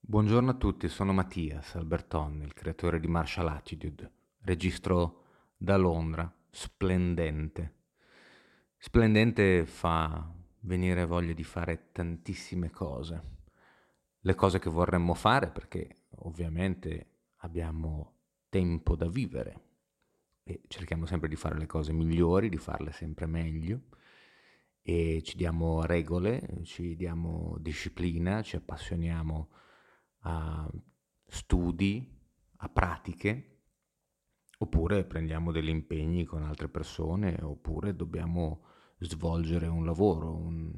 Buongiorno a tutti, sono Mattias Alberton, il creatore di Martial Attitude. Registro da Londra, splendente. Splendente fa venire voglia di fare tantissime cose. Le cose che vorremmo fare perché ovviamente abbiamo tempo da vivere e cerchiamo sempre di fare le cose migliori, di farle sempre meglio e ci diamo regole, ci diamo disciplina, ci appassioniamo a studi, a pratiche, oppure prendiamo degli impegni con altre persone, oppure dobbiamo svolgere un lavoro,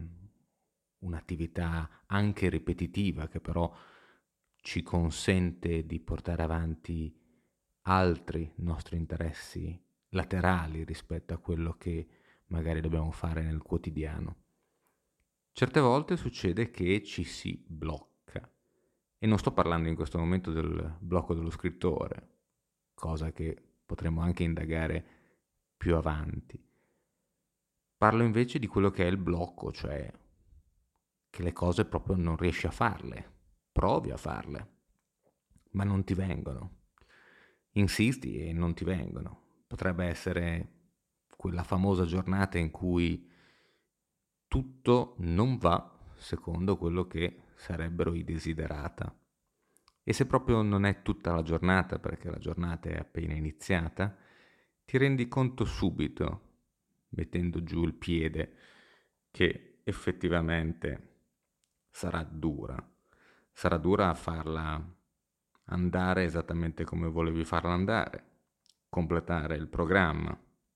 un'attività anche ripetitiva che però ci consente di portare avanti altri nostri interessi laterali rispetto a quello che magari dobbiamo fare nel quotidiano. Certe volte succede che ci si blocca e non sto parlando in questo momento del blocco dello scrittore, cosa che potremmo anche indagare più avanti. Parlo invece di quello che è il blocco, cioè che le cose proprio non riesci a farle, provi a farle, ma non ti vengono. Insisti e non ti vengono. Potrebbe essere quella famosa giornata in cui tutto non va secondo quello che sarebbero i desiderata. E se proprio non è tutta la giornata, perché la giornata è appena iniziata, ti rendi conto subito, mettendo giù il piede, che effettivamente sarà dura. Sarà dura a farla andare esattamente come volevi farla andare, completare il programma,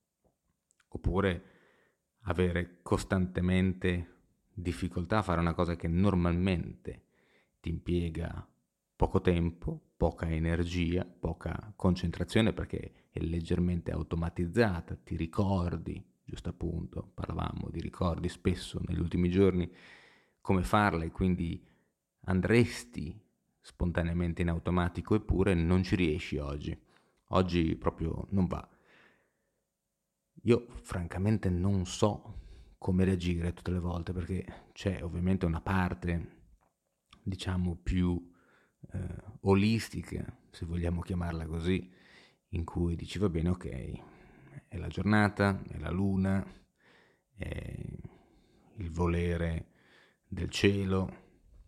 oppure avere costantemente difficoltà a fare una cosa che normalmente ti impiega poco tempo, poca energia, poca concentrazione perché è leggermente automatizzata, ti ricordi, giusto appunto, parlavamo di ricordi spesso negli ultimi giorni, come farla e quindi andresti spontaneamente in automatico eppure non ci riesci oggi. Oggi proprio non va. Io francamente non so come reagire tutte le volte perché c'è ovviamente una parte, diciamo, più olistica, se vogliamo chiamarla così, in cui dici va bene, ok, è la giornata, è la luna, è il volere del cielo,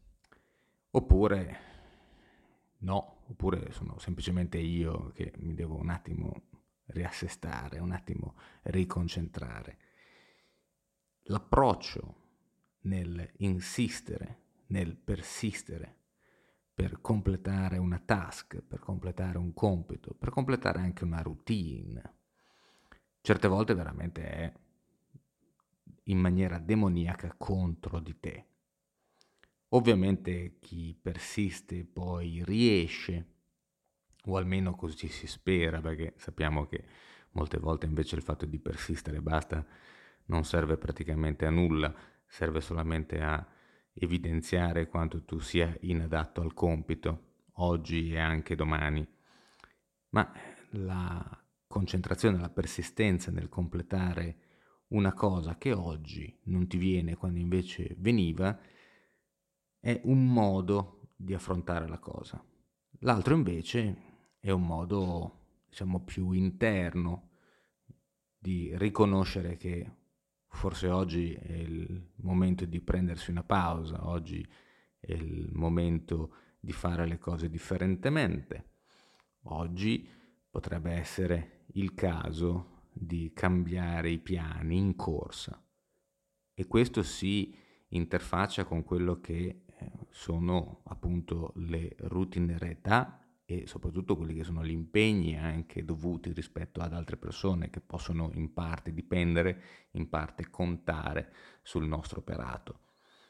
oppure no, oppure sono semplicemente io che mi devo un attimo riassestare, un attimo riconcentrare. L'approccio nel insistere, nel persistere per completare una task, per completare un compito, per completare anche una routine, certe volte veramente è in maniera demoniaca contro di te. Ovviamente chi persiste poi riesce, o almeno così si spera, perché sappiamo che molte volte invece il fatto di persistere basta, non serve praticamente a nulla, serve solamente a evidenziare quanto tu sia inadatto al compito, oggi e anche domani. Ma la concentrazione, la persistenza nel completare una cosa che oggi non ti viene quando invece veniva, è un modo di affrontare la cosa. L'altro invece è un modo, diciamo, più interno di riconoscere che forse oggi è il momento di prendersi una pausa, oggi è il momento di fare le cose differentemente. Oggi potrebbe essere il caso di cambiare i piani in corsa e questo si interfaccia con quello che sono appunto le routineità e soprattutto quelli che sono gli impegni anche dovuti rispetto ad altre persone che possono in parte dipendere, in parte contare sul nostro operato.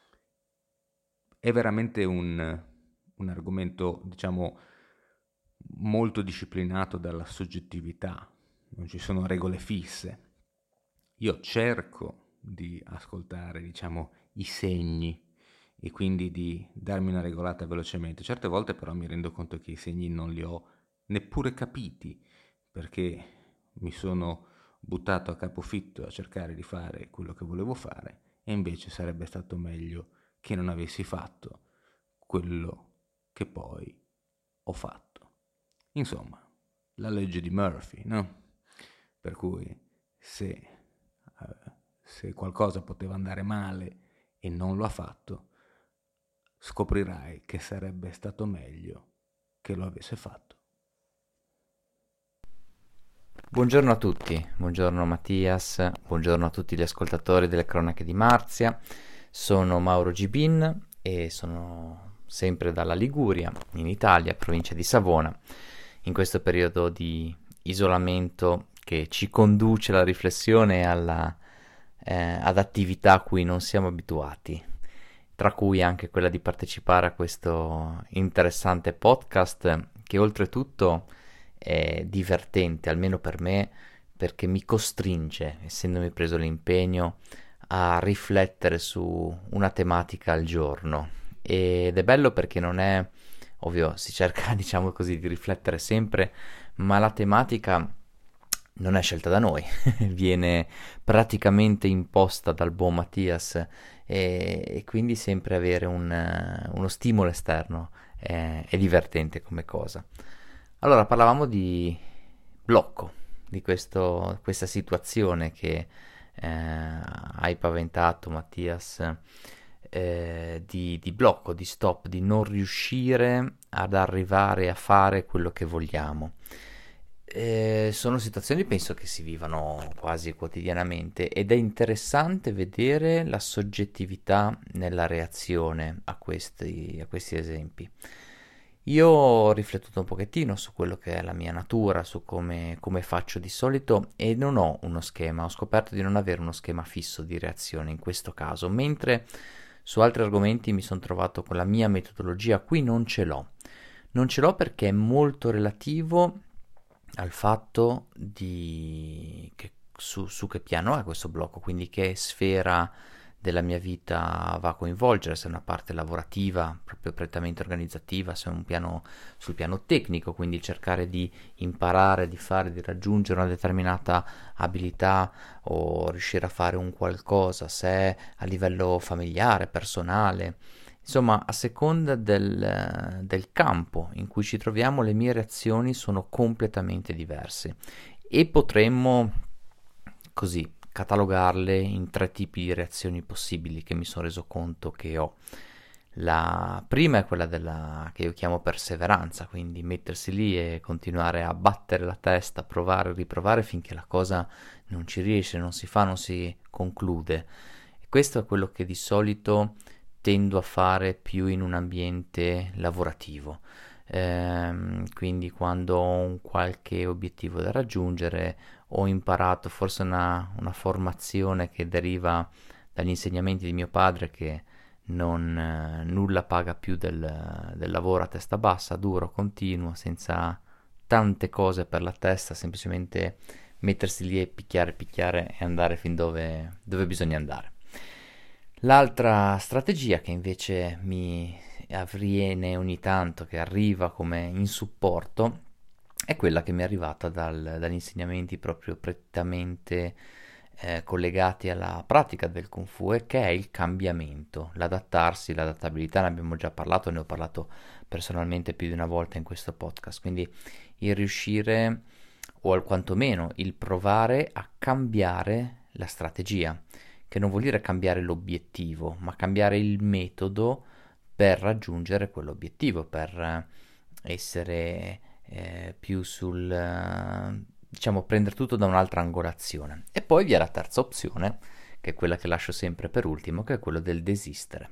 È veramente un argomento, diciamo, molto disciplinato dalla soggettività, non ci sono regole fisse. Io cerco di ascoltare, diciamo, i segni e quindi di darmi una regolata velocemente. Certe volte però mi rendo conto che i segni non li ho neppure capiti perché mi sono buttato a capofitto a cercare di fare quello che volevo fare e invece sarebbe stato meglio che non avessi fatto quello che poi ho fatto. Insomma, la legge di Murphy, no? Per cui se qualcosa poteva andare male e non lo ha fatto, scoprirai che sarebbe stato meglio che lo avesse fatto. Buongiorno a tutti, buongiorno Mattias, buongiorno a tutti gli ascoltatori delle Cronache di Marzia. Sono Mauro Gibin e sono sempre dalla Liguria, in Italia, provincia di Savona, in questo periodo di isolamento che ci conduce alla riflessione e ad attività a cui non siamo abituati, tra cui anche quella di partecipare a questo interessante podcast che oltretutto è divertente, almeno per me, perché mi costringe, essendomi preso l'impegno, a riflettere su una tematica al giorno. Ed è bello perché non è, ovvio, si cerca, diciamo così, di riflettere sempre, ma la tematica non è scelta da noi, viene praticamente imposta dal buon Mattias e quindi sempre avere uno stimolo esterno è divertente come cosa. Allora, parlavamo di blocco, di questa situazione che hai paventato, Mattias, di blocco, di stop, di non riuscire ad arrivare a fare quello che vogliamo. Sono situazioni penso che si vivano quasi quotidianamente ed è interessante vedere la soggettività nella reazione a questi esempi. Io ho riflettuto un pochettino su quello che è la mia natura, su come faccio di solito e non ho uno schema, ho scoperto di non avere uno schema fisso di reazione in questo caso, mentre su altri argomenti mi sono trovato con la mia metodologia, qui non ce l'ho. Non ce l'ho perché è molto relativo al fatto di che su che piano è questo blocco, quindi che sfera della mia vita va a coinvolgere, se è una parte lavorativa, proprio prettamente organizzativa, se è sul piano tecnico, quindi cercare di imparare, di fare, di raggiungere una determinata abilità o riuscire a fare un qualcosa, se è a livello familiare, personale. Insomma, a seconda del campo in cui ci troviamo, le mie reazioni sono completamente diverse e potremmo così catalogarle in tre tipi di reazioni possibili che mi sono reso conto che ho. La prima è quella che io chiamo perseveranza, quindi mettersi lì e continuare a battere la testa, provare, riprovare finché la cosa non ci riesce, non si fa, non si conclude. E questo è quello che di solito tendo a fare più in un ambiente lavorativo. Quindi quando ho un qualche obiettivo da raggiungere, ho imparato forse una formazione che deriva dagli insegnamenti di mio padre che nulla paga più del lavoro a testa bassa, duro, continuo, senza tante cose per la testa, semplicemente mettersi lì e picchiare, picchiare e andare fin dove bisogna andare. L'altra strategia che invece mi avviene ogni tanto, che arriva come in supporto, è quella che mi è arrivata dagli insegnamenti proprio prettamente collegati alla pratica del Kung Fu e che è il cambiamento, l'adattarsi, l'adattabilità, ne abbiamo già parlato, ne ho parlato personalmente più di una volta in questo podcast, quindi il riuscire o quantomeno il provare a cambiare la strategia, che non vuol dire cambiare l'obiettivo, ma cambiare il metodo per raggiungere quell'obiettivo, per essere più diciamo, prendere tutto da un'altra angolazione. E poi vi è la terza opzione, che è quella che lascio sempre per ultimo, che è quello del desistere.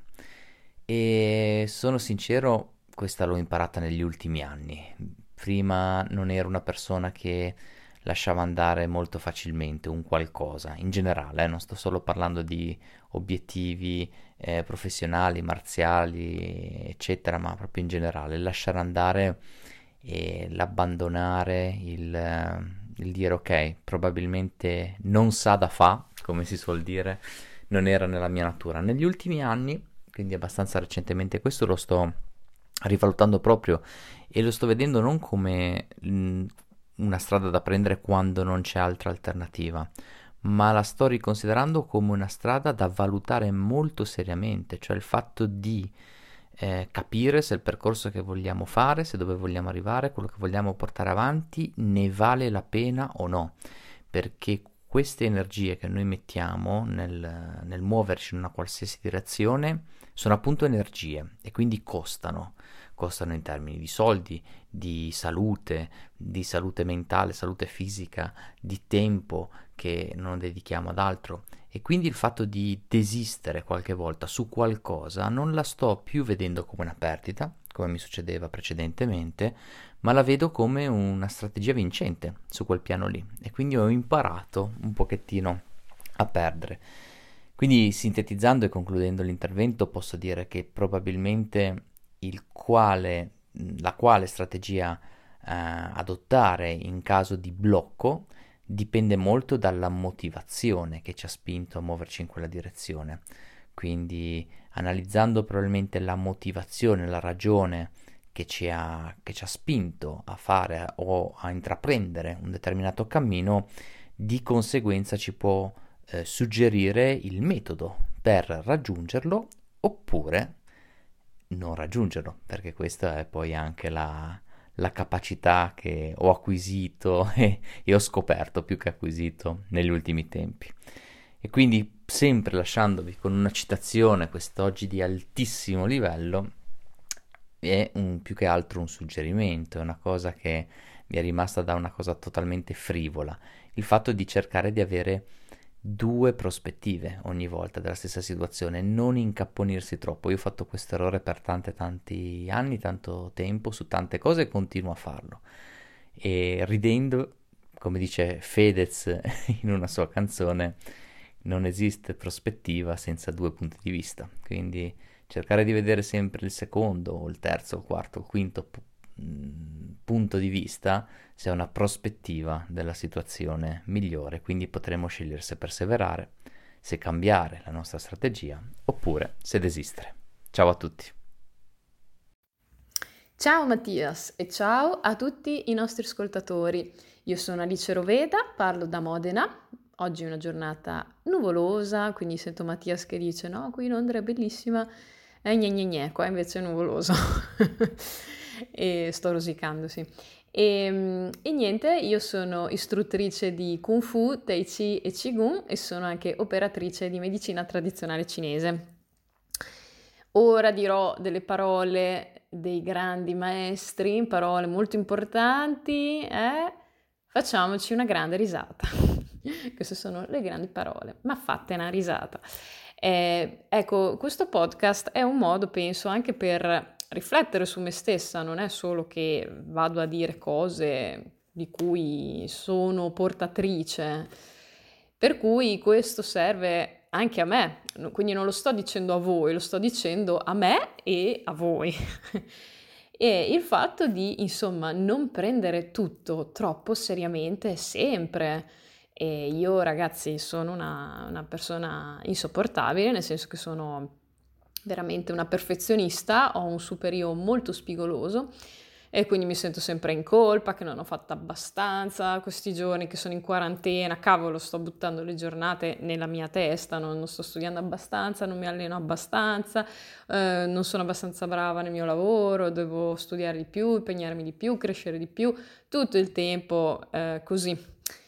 E sono sincero, questa l'ho imparata negli ultimi anni. Prima non ero una persona che lasciava andare molto facilmente un qualcosa, in generale, non sto solo parlando di obiettivi professionali, marziali, eccetera, ma proprio in generale, lasciare andare e l'abbandonare, il dire ok, probabilmente non sa da fa, come si suol dire, non era nella mia natura. Negli ultimi anni, quindi abbastanza recentemente, questo lo sto rivalutando proprio e lo sto vedendo non come una strada da prendere quando non c'è altra alternativa, ma la sto riconsiderando come una strada da valutare molto seriamente, cioè il fatto di capire se il percorso che vogliamo fare, se dove vogliamo arrivare, quello che vogliamo portare avanti, ne vale la pena o no, perché queste energie che noi mettiamo nel muoverci in una qualsiasi direzione sono appunto energie e quindi costano in termini di soldi, di salute mentale, salute fisica, di tempo che non dedichiamo ad altro. E quindi il fatto di desistere qualche volta su qualcosa non la sto più vedendo come una perdita, come mi succedeva precedentemente, ma la vedo come una strategia vincente su quel piano lì. E quindi ho imparato un pochettino a perdere. Quindi, sintetizzando e concludendo l'intervento, posso dire che probabilmente la quale strategia adottare in caso di blocco dipende molto dalla motivazione che ci ha spinto a muoverci in quella direzione. Quindi, analizzando probabilmente la motivazione, la ragione che ci ha spinto a fare o a intraprendere un determinato cammino, di conseguenza ci può suggerire il metodo per raggiungerlo oppure non raggiungerlo, perché questa è poi anche la capacità che ho acquisito e ho scoperto più che acquisito negli ultimi tempi. E quindi, sempre lasciandovi con una citazione quest'oggi di altissimo livello, è più che altro un suggerimento, è una cosa che mi è rimasta da una cosa totalmente frivola, il fatto di cercare di avere due prospettive ogni volta della stessa situazione, non incapponirsi troppo. Io ho fatto questo errore per tanti anni, tanto tempo, su tante cose e continuo a farlo. E ridendo, come dice Fedez in una sua canzone, non esiste prospettiva senza due punti di vista. Quindi cercare di vedere sempre il secondo, o il terzo, o il quarto, o il quinto punto di vista, se è una prospettiva della situazione migliore, quindi potremo scegliere se perseverare, se cambiare la nostra strategia, oppure se desistere. Ciao a tutti. Ciao Mattias e ciao a tutti i nostri ascoltatori. Io sono Alice Roveda, parlo da Modena. Oggi è una giornata nuvolosa, quindi sento Mattias che dice no, qui Londra è bellissima, qua invece è nuvoloso. E sto rosicando, sì. E niente, io sono istruttrice di Kung Fu, Tai Chi e Qigong e sono anche operatrice di medicina tradizionale cinese. Ora dirò delle parole dei grandi maestri, parole molto importanti, facciamoci una grande risata. Queste sono le grandi parole, ma fatte una risata. Ecco, questo podcast è un modo, penso, anche per riflettere su me stessa, non è solo che vado a dire cose di cui sono portatrice, per cui questo serve anche a me, quindi non lo sto dicendo a voi, lo sto dicendo a me e a voi. E il fatto di, insomma, non prendere tutto troppo seriamente sempre. E io, ragazzi, sono una persona insopportabile, nel senso che sono veramente una perfezionista, ho un superio molto spigoloso e quindi mi sento sempre in colpa che non ho fatto abbastanza questi giorni che sono in quarantena, cavolo, sto buttando le giornate nella mia testa, non sto studiando abbastanza, non mi alleno abbastanza, non sono abbastanza brava nel mio lavoro, devo studiare di più, impegnarmi di più, crescere di più, tutto il tempo così.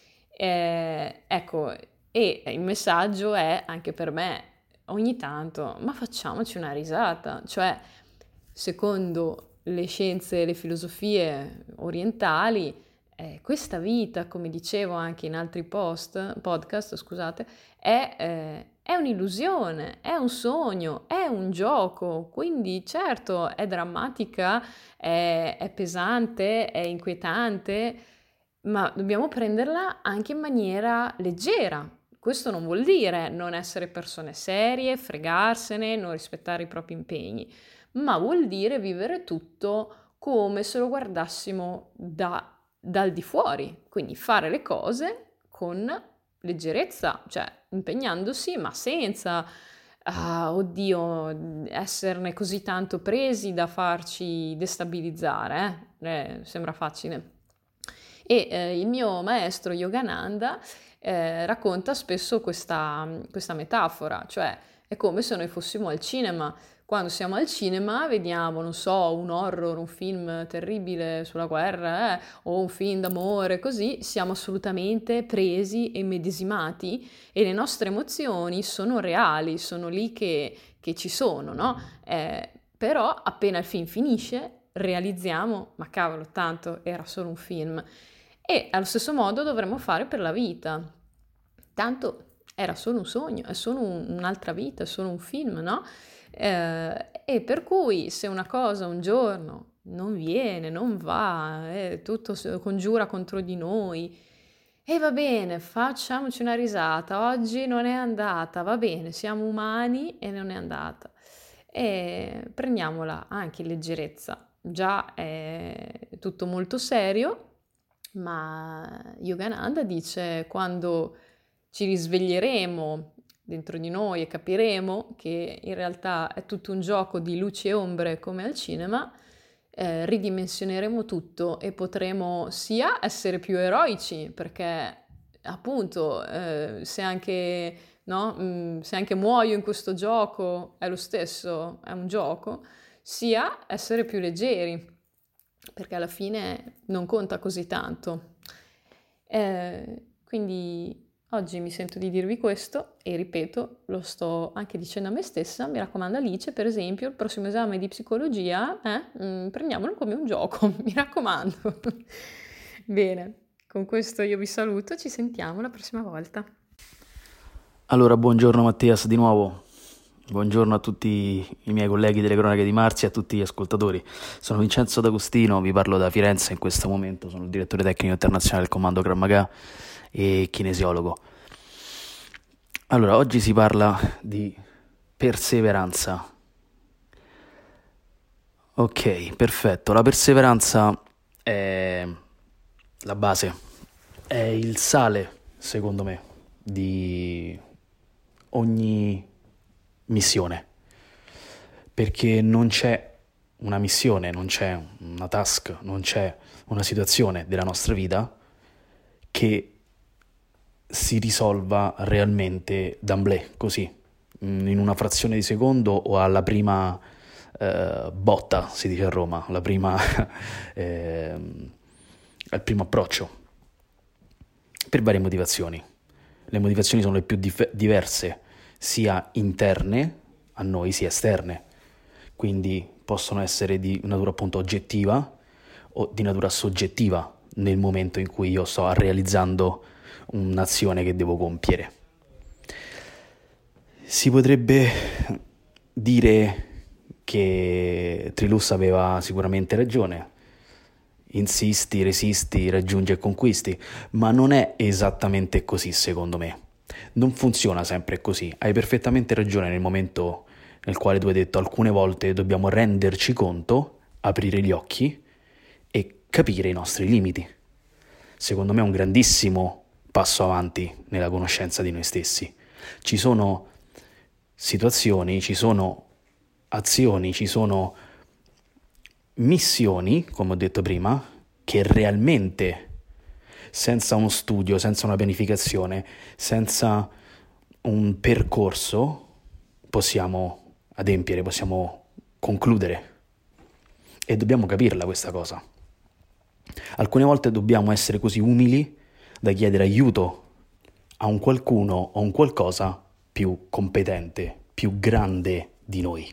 Ecco, e il messaggio è anche per me, ogni tanto, ma facciamoci una risata, cioè secondo le scienze e le filosofie orientali, questa vita, come dicevo anche in altri podcast, scusate, è un'illusione, è un sogno, è un gioco, quindi certo è drammatica, è pesante, è inquietante, ma dobbiamo prenderla anche in maniera leggera. Questo non vuol dire non essere persone serie, fregarsene, non rispettare i propri impegni, ma vuol dire vivere tutto come se lo guardassimo dal di fuori, quindi fare le cose con leggerezza, cioè impegnandosi, ma senza, oddio, esserne così tanto presi da farci destabilizzare, sembra facile. E il mio maestro Yogananda racconta spesso questa metafora, cioè è come se noi fossimo al cinema, Quando siamo al cinema vediamo, non so, un horror, un film terribile sulla guerra, o un film d'amore, così siamo assolutamente presi e medesimati e le nostre emozioni sono reali, sono lì che ci sono, no? Però appena il film finisce realizziamo, ma cavolo, tanto era solo un film. E allo stesso modo dovremmo fare per la vita. Tanto era solo un sogno, è solo un'altra vita, è solo un film, no? E per cui se una cosa un giorno non viene, non va, tutto congiura contro di noi, e va bene, facciamoci una risata, oggi non è andata, va bene, siamo umani e non è andata. E prendiamola anche in leggerezza, già è tutto molto serio, ma Yogananda dice quando ci risveglieremo dentro di noi e capiremo che in realtà è tutto un gioco di luci e ombre come al cinema, ridimensioneremo tutto e potremo sia essere più eroici, perché appunto se anche, no, se anche muoio in questo gioco è lo stesso, è un gioco, sia essere più leggeri, perché alla fine non conta così tanto. Quindi oggi mi sento di dirvi questo e ripeto, lo sto anche dicendo a me stessa, mi raccomando Alice, per esempio, il prossimo esame di psicologia, prendiamolo come un gioco, mi raccomando. Bene, con questo io vi saluto, ci sentiamo la prossima volta. Allora, buongiorno Mattias di nuovo, buongiorno a tutti i miei colleghi delle Cronache di Marzia e a tutti gli ascoltatori. Sono Vincenzo D'Agostino, vi parlo da Firenze in questo momento, sono il direttore tecnico internazionale del comando Krav Maga e kinesiologo. Allora, oggi si parla di perseveranza. Ok, perfetto, la perseveranza è la base, è il sale, secondo me, di ogni missione, perché non c'è una missione, non c'è una task, non c'è una situazione della nostra vita che si risolva realmente d'emblée, così, in una frazione di secondo o alla prima botta, si dice a Roma, alla prima al primo approccio, per varie motivazioni. Le motivazioni sono le più diverse, sia interne a noi sia esterne, quindi possono essere di natura appunto oggettiva o di natura soggettiva nel momento in cui io sto realizzando un'azione che devo compiere. Si potrebbe dire che Trilus aveva sicuramente ragione, insisti, resisti, raggiungi e conquisti, ma non è esattamente così secondo me. Non funziona sempre così. Hai perfettamente ragione nel momento nel quale tu hai detto alcune volte dobbiamo renderci conto, aprire gli occhi e capire i nostri limiti. Secondo me è un grandissimo passo avanti nella conoscenza di noi stessi. Ci sono situazioni, ci sono azioni, ci sono missioni, come ho detto prima, che realmente senza uno studio, senza una pianificazione, senza un percorso possiamo adempiere, possiamo concludere. E dobbiamo capirla questa cosa. Alcune volte dobbiamo essere così umili da chiedere aiuto a un qualcuno o un qualcosa più competente, più grande di noi.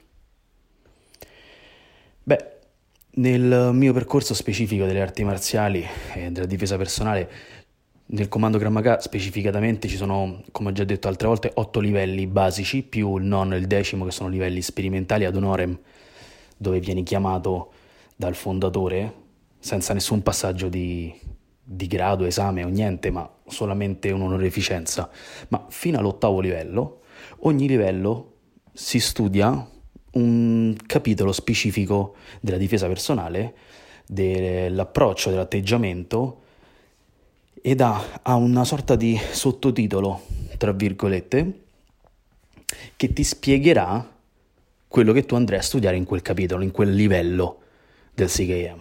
Beh, nel mio percorso specifico delle arti marziali e della difesa personale, nel comando Krav Maga specificatamente ci sono, come ho già detto altre volte, 8 livelli basici, più il nono e il 10° che sono livelli sperimentali ad honorem, dove vieni chiamato dal fondatore senza nessun passaggio di grado, esame o niente, ma solamente un'onorificenza. Ma fino all'8° livello, ogni livello si studia un capitolo specifico della difesa personale, dell'approccio, dell'atteggiamento, ed ha una sorta di sottotitolo, tra virgolette, che ti spiegherà quello che tu andrai a studiare in quel capitolo, in quel livello del CKM.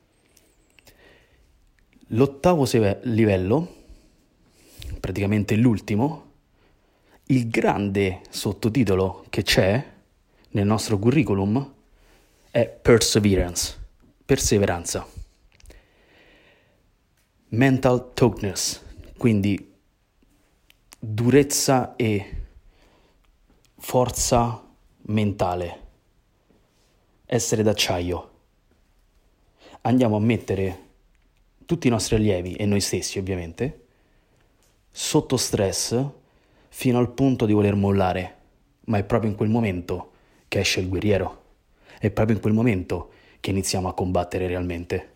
L'8° livello, praticamente l'ultimo, il grande sottotitolo che c'è nel nostro curriculum è perseveranza. Mental toughness, quindi durezza e forza mentale, essere d'acciaio. Andiamo a mettere tutti i nostri allievi e noi stessi ovviamente sotto stress fino al punto di voler mollare, ma è proprio in quel momento che esce il guerriero, è proprio in quel momento che iniziamo a combattere realmente.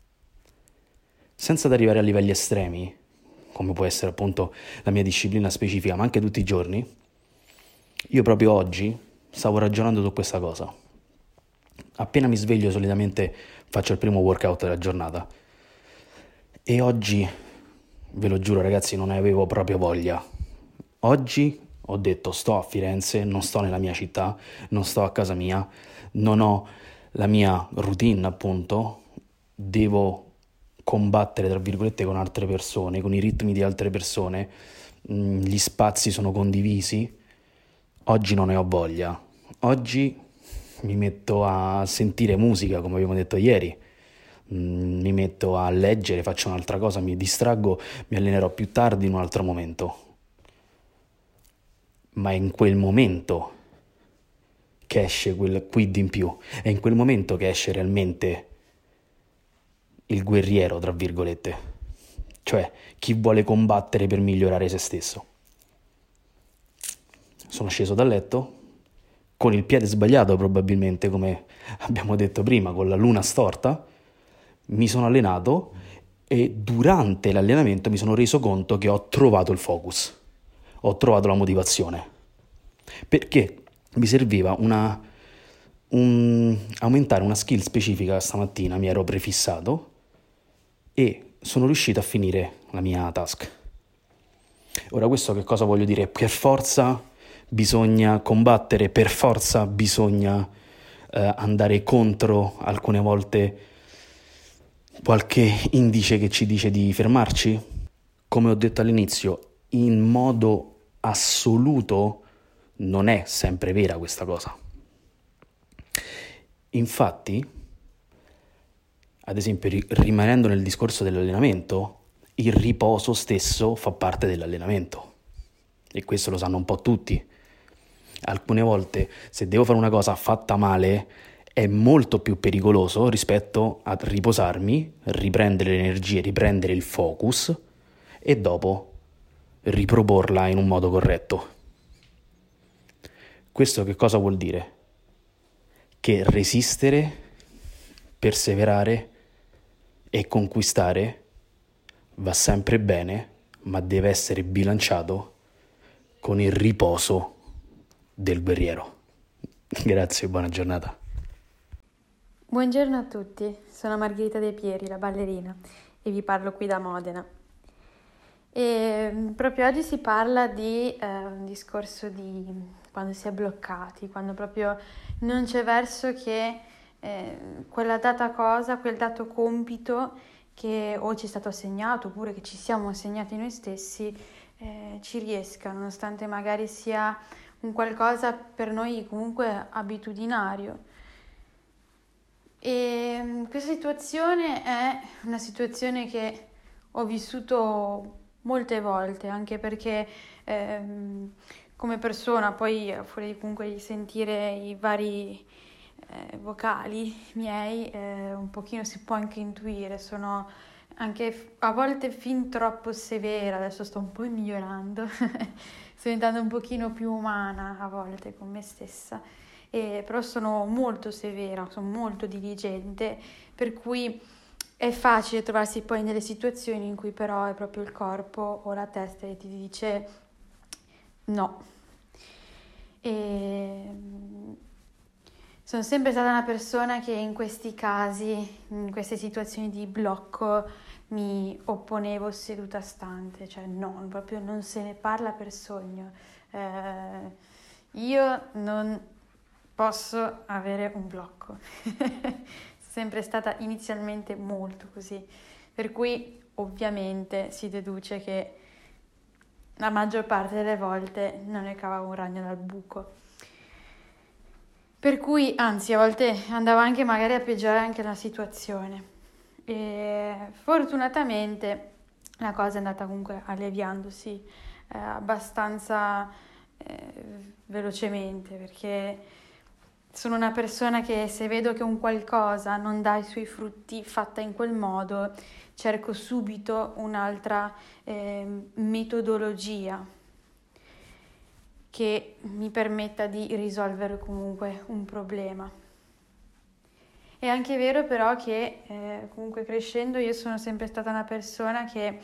Senza arrivare a livelli estremi, come può essere appunto la mia disciplina specifica, ma anche tutti i giorni, io proprio oggi stavo ragionando su questa cosa. Appena mi sveglio solitamente faccio il primo workout della giornata e oggi, ve lo giuro ragazzi, non ne avevo proprio voglia. Oggi ho detto sto a Firenze, non sto nella mia città, non sto a casa mia, non ho la mia routine appunto, devo combattere tra virgolette con altre persone, con i ritmi di altre persone, gli spazi sono condivisi. Oggi non ne ho voglia, oggi mi metto a sentire musica come abbiamo detto ieri, mi metto a leggere, faccio un'altra cosa, mi distraggo, mi allenerò più tardi in un altro momento. Ma è in quel momento che esce quel quid in più, è in quel momento che esce realmente il guerriero, tra virgolette, cioè chi vuole combattere per migliorare se stesso. Sono sceso dal letto con il piede sbagliato probabilmente, come abbiamo detto prima, con la luna storta, mi sono allenato e durante l'allenamento mi sono reso conto che ho trovato il focus, ho trovato la motivazione, perché mi serviva aumentare una skill specifica stamattina, mi ero prefissato e sono riuscito a finire la mia task. Ora questo che cosa voglio dire? Per forza bisogna combattere, per forza bisogna andare contro alcune volte qualche indice che ci dice di fermarci? Come ho detto all'inizio, in modo assoluto non è sempre vera questa cosa. Infatti, ad esempio, rimanendo nel discorso dell'allenamento, il riposo stesso fa parte dell'allenamento e questo lo sanno un po' tutti. Alcune volte, se devo fare una cosa fatta male, è molto più pericoloso rispetto a riposarmi, riprendere le energie, riprendere il focus e dopo riproporla in un modo corretto. Questo che cosa vuol dire? Che resistere, perseverare e conquistare va sempre bene, ma deve essere bilanciato con il riposo del guerriero. Grazie e buona giornata. Buongiorno a tutti, sono Margherita De Pieri, la ballerina, e vi parlo qui da Modena. E proprio oggi si parla di un discorso di quando si è bloccati, quando proprio non c'è verso che quella data cosa, quel dato compito che o ci è stato assegnato oppure che ci siamo assegnati noi stessi ci riesca, nonostante magari sia un qualcosa per noi comunque abitudinario. E questa situazione è una situazione che ho vissuto molte volte, anche perché come persona, poi fuori comunque di sentire i vari vocali miei, un pochino si può anche intuire, sono anche a volte fin troppo severa, adesso sto un po' migliorando, sto diventando un pochino più umana a volte con me stessa, però sono molto severa, sono molto diligente, per cui è facile trovarsi poi nelle situazioni in cui però è proprio il corpo o la testa che ti dice no. E sono sempre stata una persona che in questi casi, in queste situazioni di blocco, mi opponevo seduta stante, cioè no, proprio non se ne parla per sogno. Io non posso avere un blocco. Sempre stata inizialmente molto così, per cui ovviamente si deduce che la maggior parte delle volte non ne cavavo un ragno dal buco. per cui anzi a volte andava anche magari a peggiorare anche la situazione. E fortunatamente la cosa è andata comunque alleviandosi abbastanza velocemente, perché sono una persona che se vedo che un qualcosa non dà i suoi frutti fatta in quel modo, cerco subito un'altra metodologia che mi permetta di risolvere comunque un problema. È anche vero però che comunque crescendo io sono sempre stata una persona che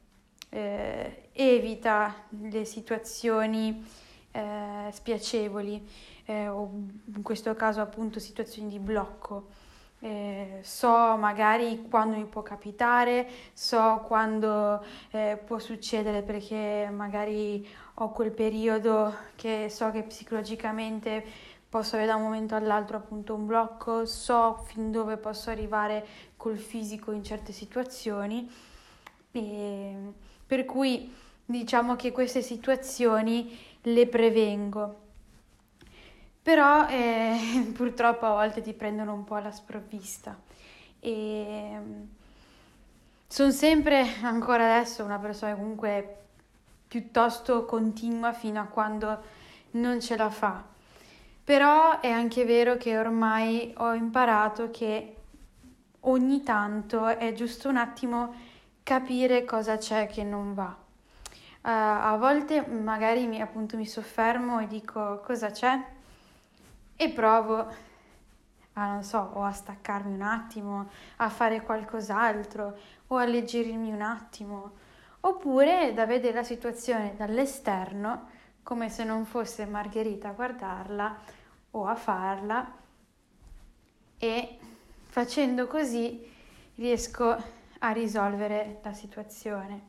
evita le situazioni spiacevoli o in questo caso appunto situazioni di blocco. So magari quando mi può capitare, so quando può succedere, perché magari ho quel periodo che so che psicologicamente posso avere da un momento all'altro appunto un blocco, so fin dove posso arrivare col fisico in certe situazioni, e per cui diciamo che queste situazioni le prevengo. Però purtroppo a volte ti prendono un po' alla sprovvista e sono sempre ancora adesso una persona comunque piuttosto continua fino a quando non ce la fa. Però è anche vero che ormai ho imparato che ogni tanto è giusto un attimo capire cosa c'è che non va. A volte magari mi soffermo e dico cosa c'è e provo a, non so, o a staccarmi un attimo, a fare qualcos'altro o alleggerirmi un attimo, oppure da vedere la situazione dall'esterno come se non fosse Margherita a guardarla o a farla, e facendo così riesco a risolvere la situazione.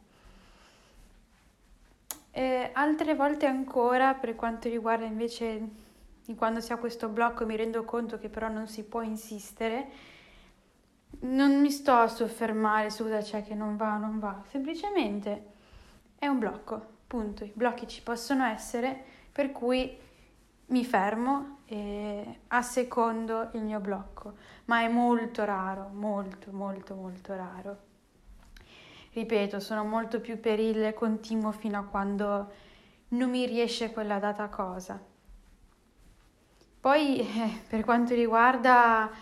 Altre volte ancora, per quanto riguarda invece di quando si ha questo blocco, mi rendo conto che però non si può insistere, non mi sto a soffermare su cosa c'è che non va, semplicemente è un blocco, punto. I blocchi ci possono essere, per cui mi fermo e assecondo il mio blocco, ma è molto raro, molto molto molto raro. Ripeto, sono molto più per il continuo fino a quando non mi riesce quella data cosa. Poi per quanto riguarda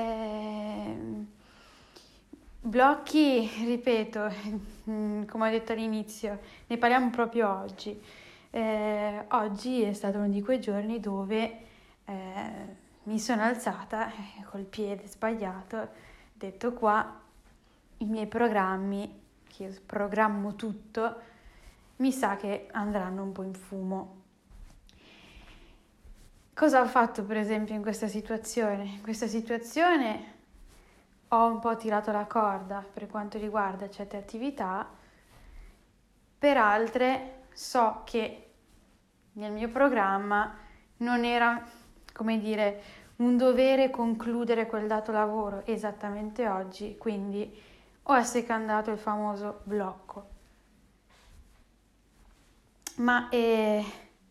blocchi, ripeto, come ho detto all'inizio, ne parliamo proprio oggi. Oggi è stato uno di quei giorni dove mi sono alzata col piede sbagliato, ho detto qua i miei programmi, che io programmo tutto, mi sa che andranno un po' in fumo. Cosa ho fatto per esempio in questa situazione? In questa situazione ho un po' tirato la corda per quanto riguarda certe attività, per altre so che nel mio programma non era, come dire, un dovere concludere quel dato lavoro esattamente oggi, quindi ho assecondato il famoso blocco. Ma è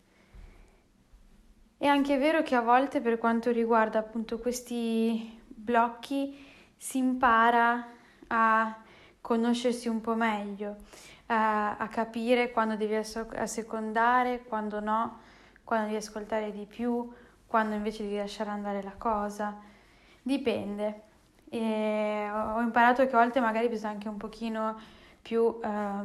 anche vero che a volte, per quanto riguarda appunto questi blocchi, si impara a conoscersi un po' meglio, a capire quando devi assecondare, quando no, quando devi ascoltare di più, quando invece devi lasciare andare la cosa. Dipende. E ho imparato che a volte magari bisogna anche un pochino più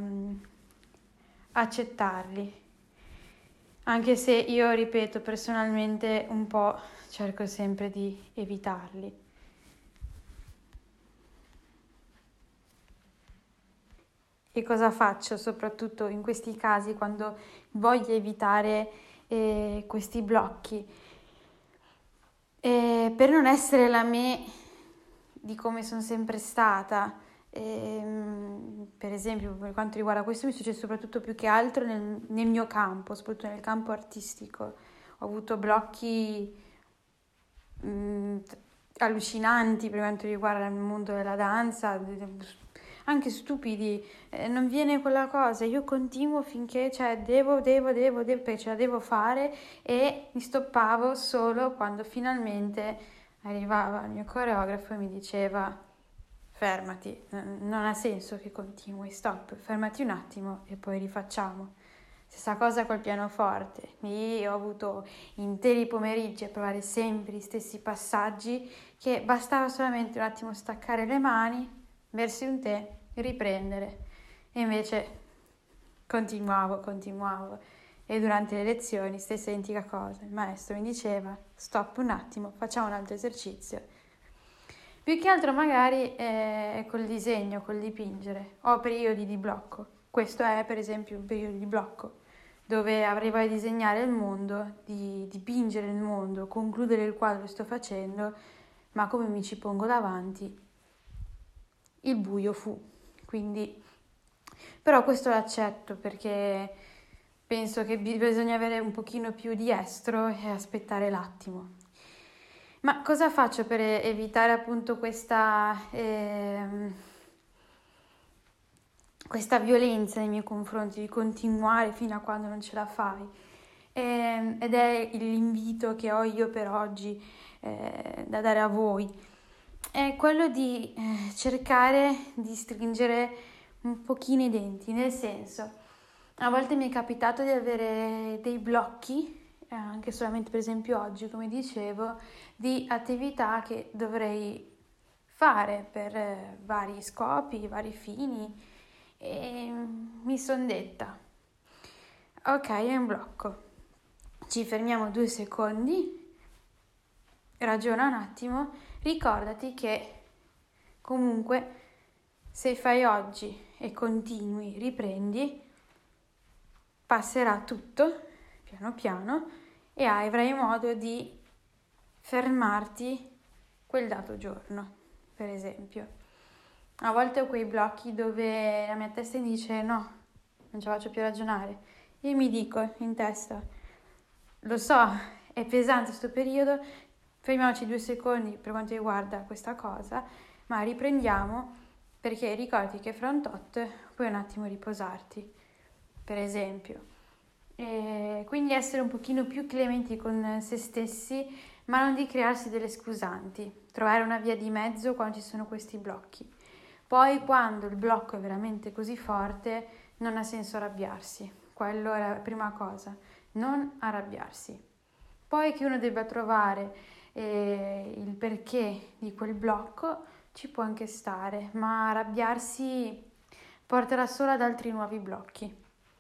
accettarli. Anche se io, ripeto, personalmente un po' cerco sempre di evitarli. E cosa faccio soprattutto in questi casi quando voglio evitare questi blocchi? Per non essere la me di come sono sempre stata, per esempio per quanto riguarda questo mi succede soprattutto più che altro nel mio campo, soprattutto nel campo artistico. Ho avuto blocchi allucinanti per quanto riguarda il mondo della danza, anche stupidi, non viene quella cosa, io continuo finché, cioè devo, perché ce la devo fare, e mi stoppavo solo quando finalmente arrivava il mio coreografo e mi diceva: fermati, non ha senso che continui, stop, fermati un attimo e poi rifacciamo. Stessa cosa col pianoforte, io ho avuto interi pomeriggi a provare sempre gli stessi passaggi, che bastava solamente un attimo staccare le mani, bersi un tè, riprendere, e invece continuavo, e durante le lezioni stessa identica cosa, il maestro mi diceva: stop un attimo, facciamo un altro esercizio. Più che altro magari col disegno, col dipingere, ho periodi di blocco. Questo è per esempio un periodo di blocco, dove avrei voglia di disegnare il mondo, di dipingere il mondo, concludere il quadro che sto facendo, ma come mi ci pongo davanti, il buio fu. Quindi, però questo l'accetto, perché penso che bisogna avere un pochino più di estro e aspettare l'attimo. Ma cosa faccio per evitare appunto questa violenza nei miei confronti, di continuare fino a quando non ce la fai? Ed è l'invito che ho io per oggi da dare a voi. È quello di cercare di stringere un pochino i denti, nel senso, a volte mi è capitato di avere dei blocchi, anche solamente per esempio oggi, come dicevo, di attività che dovrei fare per vari scopi, vari fini, e mi sono detta: ok, è un blocco, ci fermiamo 2 secondi, ragiona un attimo, ricordati che comunque se fai oggi e continui, riprendi, passerà tutto piano piano e avrai modo di fermarti quel dato giorno, per esempio. A volte ho quei blocchi dove la mia testa mi dice: no, non ce la faccio più ragionare. Io mi dico in testa: lo so, è pesante questo periodo, fermiamoci 2 secondi per quanto riguarda questa cosa, ma riprendiamo, perché ricordi che fra un tot puoi un attimo riposarti, per esempio. E quindi essere un pochino più clementi con se stessi, ma non di crearsi delle scusanti, trovare una via di mezzo quando ci sono questi blocchi. Poi quando il blocco è veramente così forte non ha senso arrabbiarsi, quello è la prima cosa, non arrabbiarsi. Poi che uno debba trovare il perché di quel blocco ci può anche stare, ma arrabbiarsi porterà solo ad altri nuovi blocchi.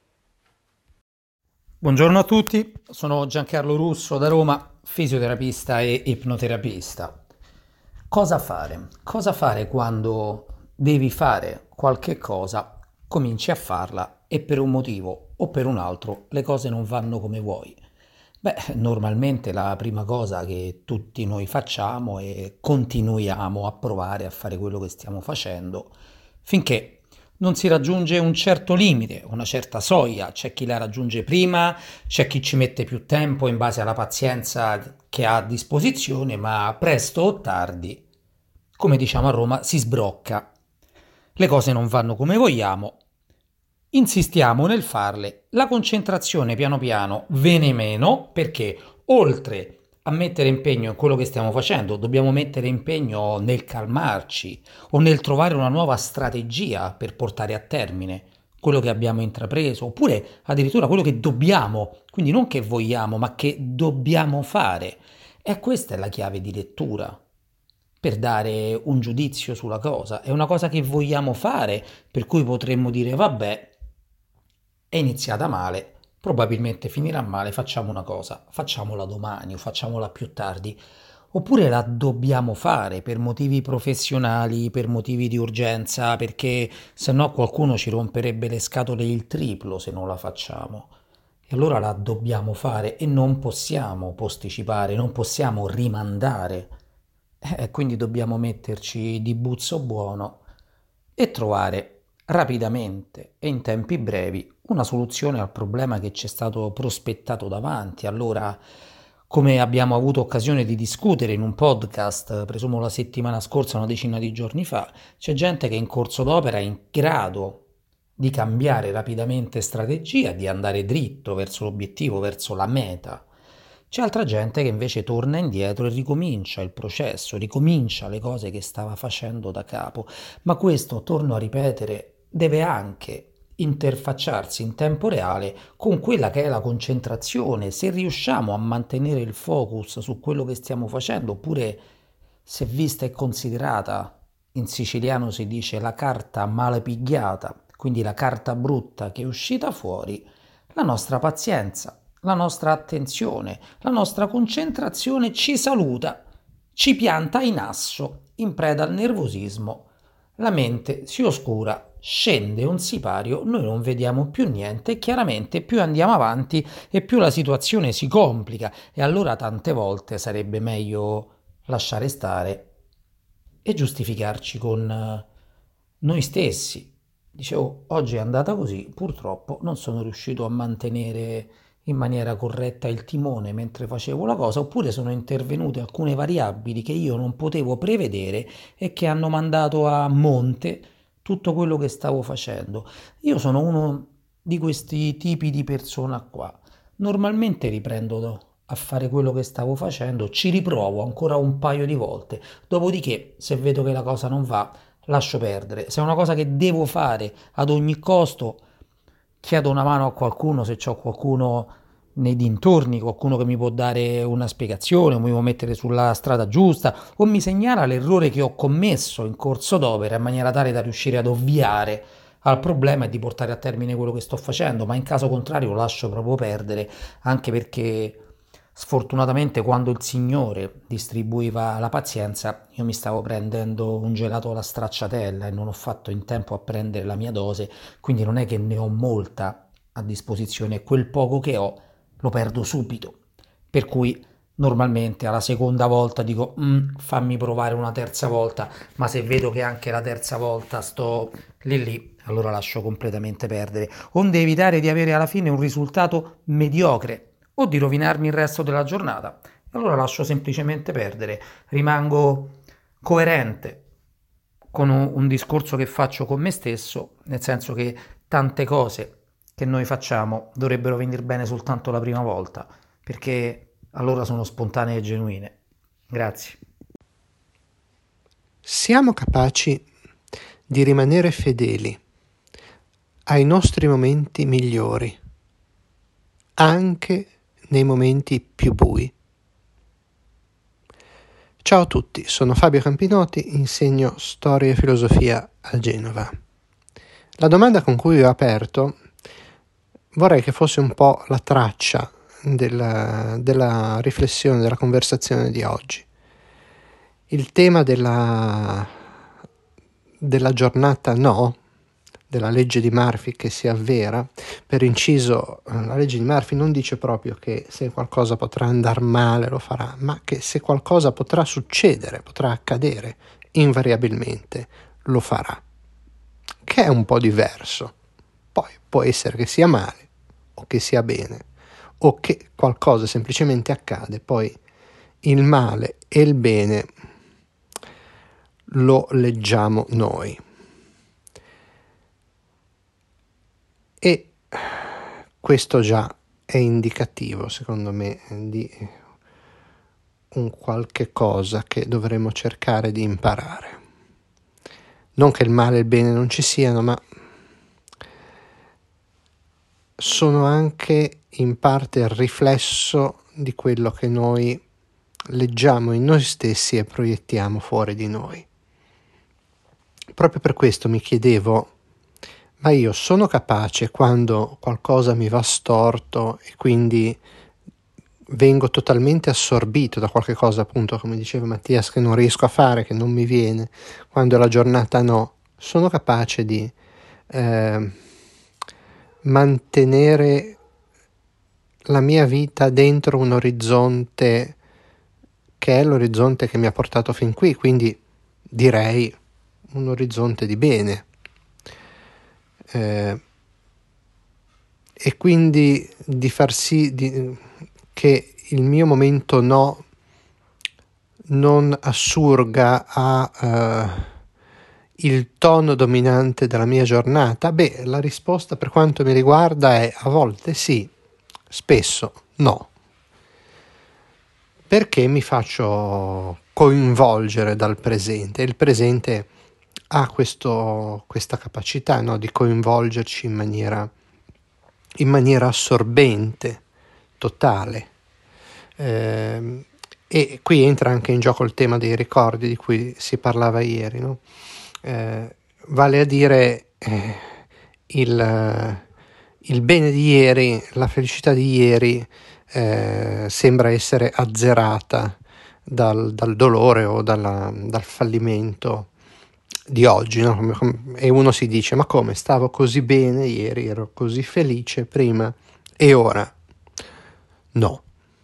Buongiorno a tutti, sono Giancarlo Russo da Roma, fisioterapista e ipnoterapista. Cosa fare? Cosa fare quando devi fare qualche cosa, cominci a farla e per un motivo o per un altro le cose non vanno come vuoi? Normalmente la prima cosa che tutti noi facciamo è continuiamo a provare a fare quello che stiamo facendo finché non si raggiunge un certo limite, una certa soglia. C'è chi la raggiunge prima, c'è chi ci mette più tempo in base alla pazienza che ha a disposizione, ma presto o tardi, come diciamo a Roma, si sbrocca. Le cose non vanno come vogliamo, insistiamo nel farle, la concentrazione piano piano viene meno, perché oltre a mettere impegno in quello che stiamo facendo, dobbiamo mettere impegno nel calmarci o nel trovare una nuova strategia per portare a termine quello che abbiamo intrapreso, oppure addirittura quello che dobbiamo, quindi non che vogliamo, ma che dobbiamo fare. E questa è la chiave di lettura per dare un giudizio sulla cosa. È una cosa che vogliamo fare, per cui potremmo dire: vabbè, è iniziata male, probabilmente finirà male, facciamo una cosa, facciamola domani o facciamola più tardi. Oppure la dobbiamo fare per motivi professionali, per motivi di urgenza, perché se no qualcuno ci romperebbe le scatole il triplo se non la facciamo. E allora la dobbiamo fare e non possiamo posticipare, non possiamo rimandare. Quindi dobbiamo metterci di buzzo buono e trovare rapidamente e in tempi brevi una soluzione al problema che ci è stato prospettato davanti. Allora, come abbiamo avuto occasione di discutere in un podcast, presumo la settimana scorsa, una decina di giorni fa, c'è gente che in corso d'opera è in grado di cambiare rapidamente strategia, di andare dritto verso l'obiettivo, verso la meta. C'è altra gente che invece torna indietro e ricomincia il processo, ricomincia le cose che stava facendo da capo. Ma questo, torno a ripetere, deve anche interfacciarsi in tempo reale con quella che è la concentrazione. Se riusciamo a mantenere il focus su quello che stiamo facendo, oppure se vista e considerata, in siciliano si dice la carta male pigliata, quindi la carta brutta che è uscita fuori, la nostra pazienza, la nostra attenzione, la nostra concentrazione ci saluta, ci pianta in asso, in preda al nervosismo. La mente si oscura, scende un sipario, noi non vediamo più niente e chiaramente più andiamo avanti e più la situazione si complica, e allora tante volte sarebbe meglio lasciare stare e giustificarci con noi stessi. Dicevo, oggi è andata così, purtroppo non sono riuscito a mantenere in maniera corretta il timone mentre facevo la cosa, oppure sono intervenute alcune variabili che io non potevo prevedere e che hanno mandato a monte tutto quello che stavo facendo. Io sono uno di questi tipi di persona qua. Normalmente riprendo a fare quello che stavo facendo, ci riprovo ancora un paio di volte, dopodiché se vedo che la cosa non va, lascio perdere. Se è una cosa che devo fare ad ogni costo, chiedo una mano a qualcuno, se c'ho qualcuno nei dintorni, qualcuno che mi può dare una spiegazione, o mi può mettere sulla strada giusta, o mi segnala l'errore che ho commesso in corso d'opera in maniera tale da riuscire ad ovviare al problema e di portare a termine quello che sto facendo. Ma in caso contrario lascio proprio perdere, anche perché sfortunatamente quando il Signore distribuiva la pazienza io mi stavo prendendo un gelato alla stracciatella e non ho fatto in tempo a prendere la mia dose, quindi non è che ne ho molta a disposizione, quel poco che ho lo perdo subito, per cui normalmente alla seconda volta dico fammi provare una terza volta, ma se vedo che anche la terza volta sto lì, allora lascio completamente perdere, onde evitare di avere alla fine un risultato mediocre o di rovinarmi il resto della giornata. Allora lascio semplicemente perdere, rimango coerente con un discorso che faccio con me stesso, nel senso che tante cose che noi facciamo dovrebbero venire bene soltanto la prima volta, perché allora sono spontanee e genuine. Grazie. Siamo capaci di rimanere fedeli ai nostri momenti migliori, anche nei momenti più bui. Ciao a tutti, sono Fabio Campinotti, insegno storia e filosofia a Genova. La domanda con cui ho aperto vorrei che fosse un po' la traccia della riflessione, della conversazione di oggi. Il tema della giornata no, della legge di Murphy che si avvera. Per inciso, la legge di Murphy non dice proprio che se qualcosa potrà andare male lo farà, ma che se qualcosa potrà succedere, potrà accadere, invariabilmente lo farà, che è un po' diverso. Poi può essere che sia male o che sia bene o che qualcosa semplicemente accade, poi il male e il bene lo leggiamo noi. E questo già è indicativo, secondo me, di un qualche cosa che dovremmo cercare di imparare. Non che il male e il bene non ci siano, ma sono anche in parte il riflesso di quello che noi leggiamo in noi stessi e proiettiamo fuori di noi. Proprio per questo mi chiedevo, ma io sono capace quando qualcosa mi va storto e quindi vengo totalmente assorbito da qualche cosa, appunto come diceva Mattias, che non riesco a fare, che non mi viene, quando la giornata no, sono capace di mantenere la mia vita dentro un orizzonte che è l'orizzonte che mi ha portato fin qui, quindi direi un orizzonte di bene. E quindi di far sì che il mio momento no non assurga a il tono dominante della mia giornata? Beh, la risposta per quanto mi riguarda è a volte sì, spesso no. Perché mi faccio coinvolgere dal presente. Il presente ha questa capacità, no, di coinvolgerci in maniera assorbente, totale. E qui entra anche in gioco il tema dei ricordi di cui si parlava ieri, no? Vale a dire il bene di ieri, la felicità di ieri sembra essere azzerata dal dolore o dal fallimento di oggi, no? E uno si dice: ma come, stavo così bene ieri, ero così felice prima e ora no.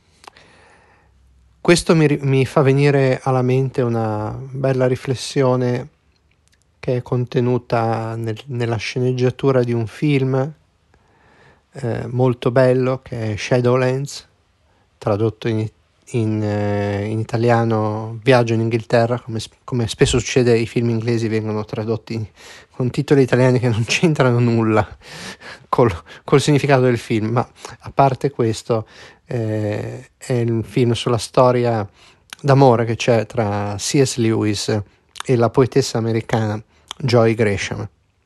Questo mi fa venire alla mente una bella riflessione che è contenuta nella sceneggiatura di un film molto bello, che è Shadowlands, tradotto in italiano Viaggio in Inghilterra. Come spesso succede, i film inglesi vengono tradotti con titoli italiani che non c'entrano nulla col significato del film, ma a parte questo è il film sulla storia d'amore che c'è tra C.S. Lewis e la poetessa americana Joy Gresham.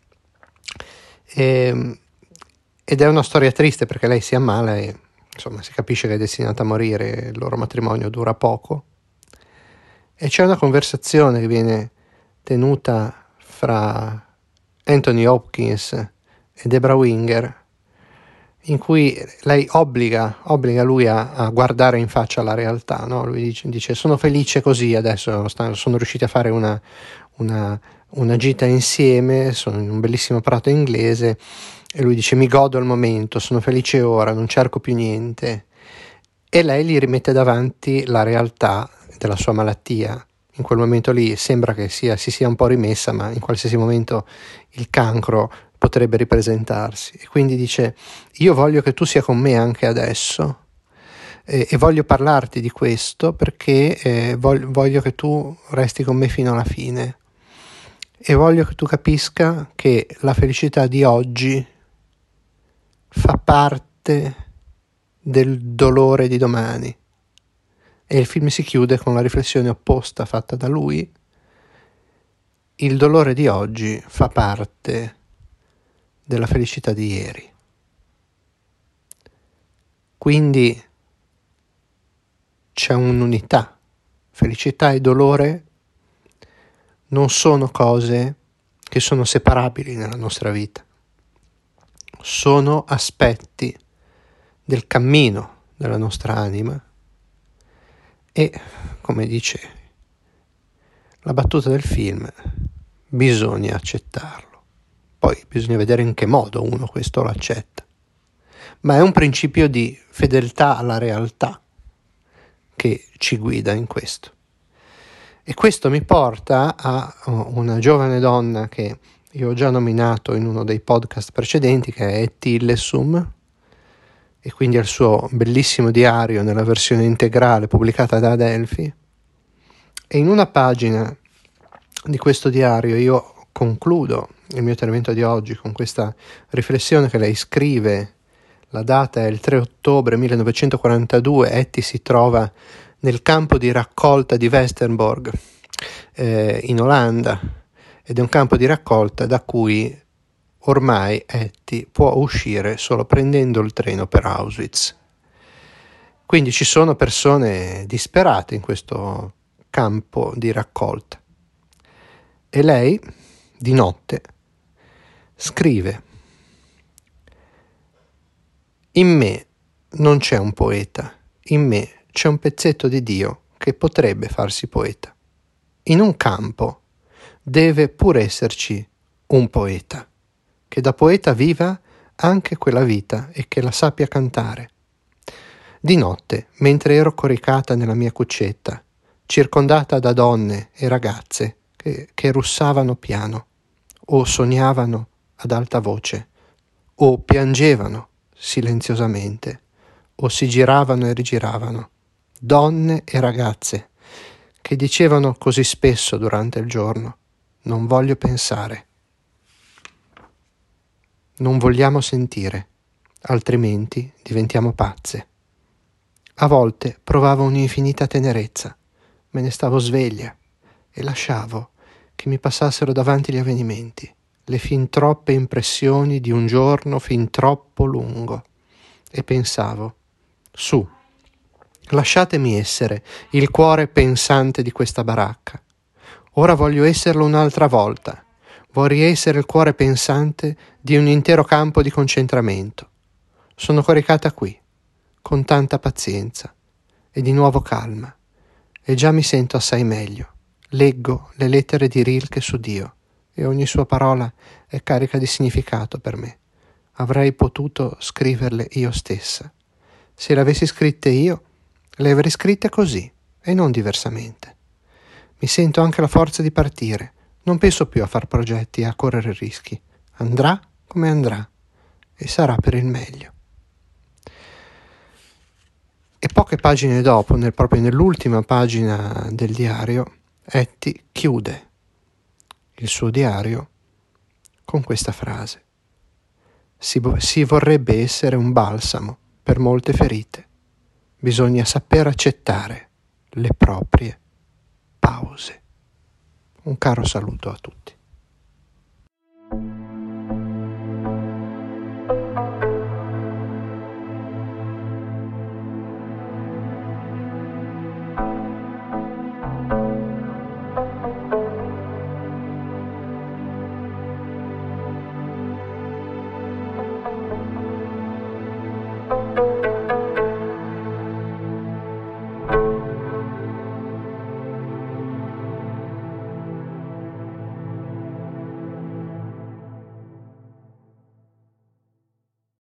Ed è una storia triste perché lei si ammala e insomma si capisce che è destinata a morire, il loro matrimonio dura poco e c'è una conversazione che viene tenuta fra Anthony Hopkins e Debra Winger, in cui lei obbliga lui a guardare in faccia la realtà, no? Lui dice sono felice così, adesso sono riusciti a fare una gita insieme, sono in un bellissimo prato inglese e lui dice mi godo il momento, sono felice ora, non cerco più niente, e lei gli rimette davanti la realtà della sua malattia. In quel momento lì sembra che si sia un po' rimessa, ma in qualsiasi momento il cancro potrebbe ripresentarsi, e quindi dice io voglio che tu sia con me anche adesso e voglio parlarti di questo perché voglio che tu resti con me fino alla fine e voglio che tu capisca che la felicità di oggi fa parte del dolore di domani. E il film si chiude con la riflessione opposta fatta da lui: il dolore di oggi fa parte della felicità di ieri. Quindi c'è un'unità. Felicità e dolore non sono cose che sono separabili nella nostra vita, sono aspetti del cammino della nostra anima e, come dice la battuta del film, bisogna accettarlo. Poi bisogna vedere in che modo uno questo lo accetta, ma è un principio di fedeltà alla realtà che ci guida in questo. E questo mi porta a una giovane donna che io ho già nominato in uno dei podcast precedenti, che è Etty Hillesum, e quindi al suo bellissimo diario nella versione integrale pubblicata da Adelphi. E in una pagina di questo diario io concludo il mio intervento di oggi con questa riflessione che lei scrive. La data è il 3 ottobre 1942, Etty si trova nel campo di raccolta di Westerbork in Olanda, ed è un campo di raccolta da cui ormai Etty può uscire solo prendendo il treno per Auschwitz. Quindi ci sono persone disperate in questo campo di raccolta e lei di notte scrive: in me non c'è un poeta, in me c'è un pezzetto di Dio che potrebbe farsi poeta. In un campo deve pur esserci un poeta, che da poeta viva anche quella vita e che la sappia cantare. Di notte, mentre ero coricata nella mia cuccetta, circondata da donne e ragazze che russavano piano, o sognavano ad alta voce, o piangevano silenziosamente, o si giravano e rigiravano, donne e ragazze, che dicevano così spesso durante il giorno: non voglio pensare, non vogliamo sentire, altrimenti diventiamo pazze. A volte provavo un'infinita tenerezza, me ne stavo sveglia e lasciavo che mi passassero davanti gli avvenimenti, le fin troppe impressioni di un giorno fin troppo lungo, e pensavo: su, lasciatemi essere il cuore pensante di questa baracca. Ora voglio esserlo un'altra volta. Vorrei essere il cuore pensante di un intero campo di concentramento. Sono coricata qui, con tanta pazienza e di nuovo calma, e già mi sento assai meglio. Leggo le lettere di Rilke su Dio e ogni sua parola è carica di significato per me. Avrei potuto scriverle io stessa. Se le avessi scritte io, le avrei scritte così e non diversamente. Mi sento anche la forza di partire. Non penso più a far progetti e a correre rischi. Andrà come andrà e sarà per il meglio. E poche pagine dopo, proprio nell'ultima pagina del diario, Etty chiude il suo diario con questa frase: si vorrebbe essere un balsamo per molte ferite. Bisogna saper accettare le proprie pause. Un caro saluto a tutti.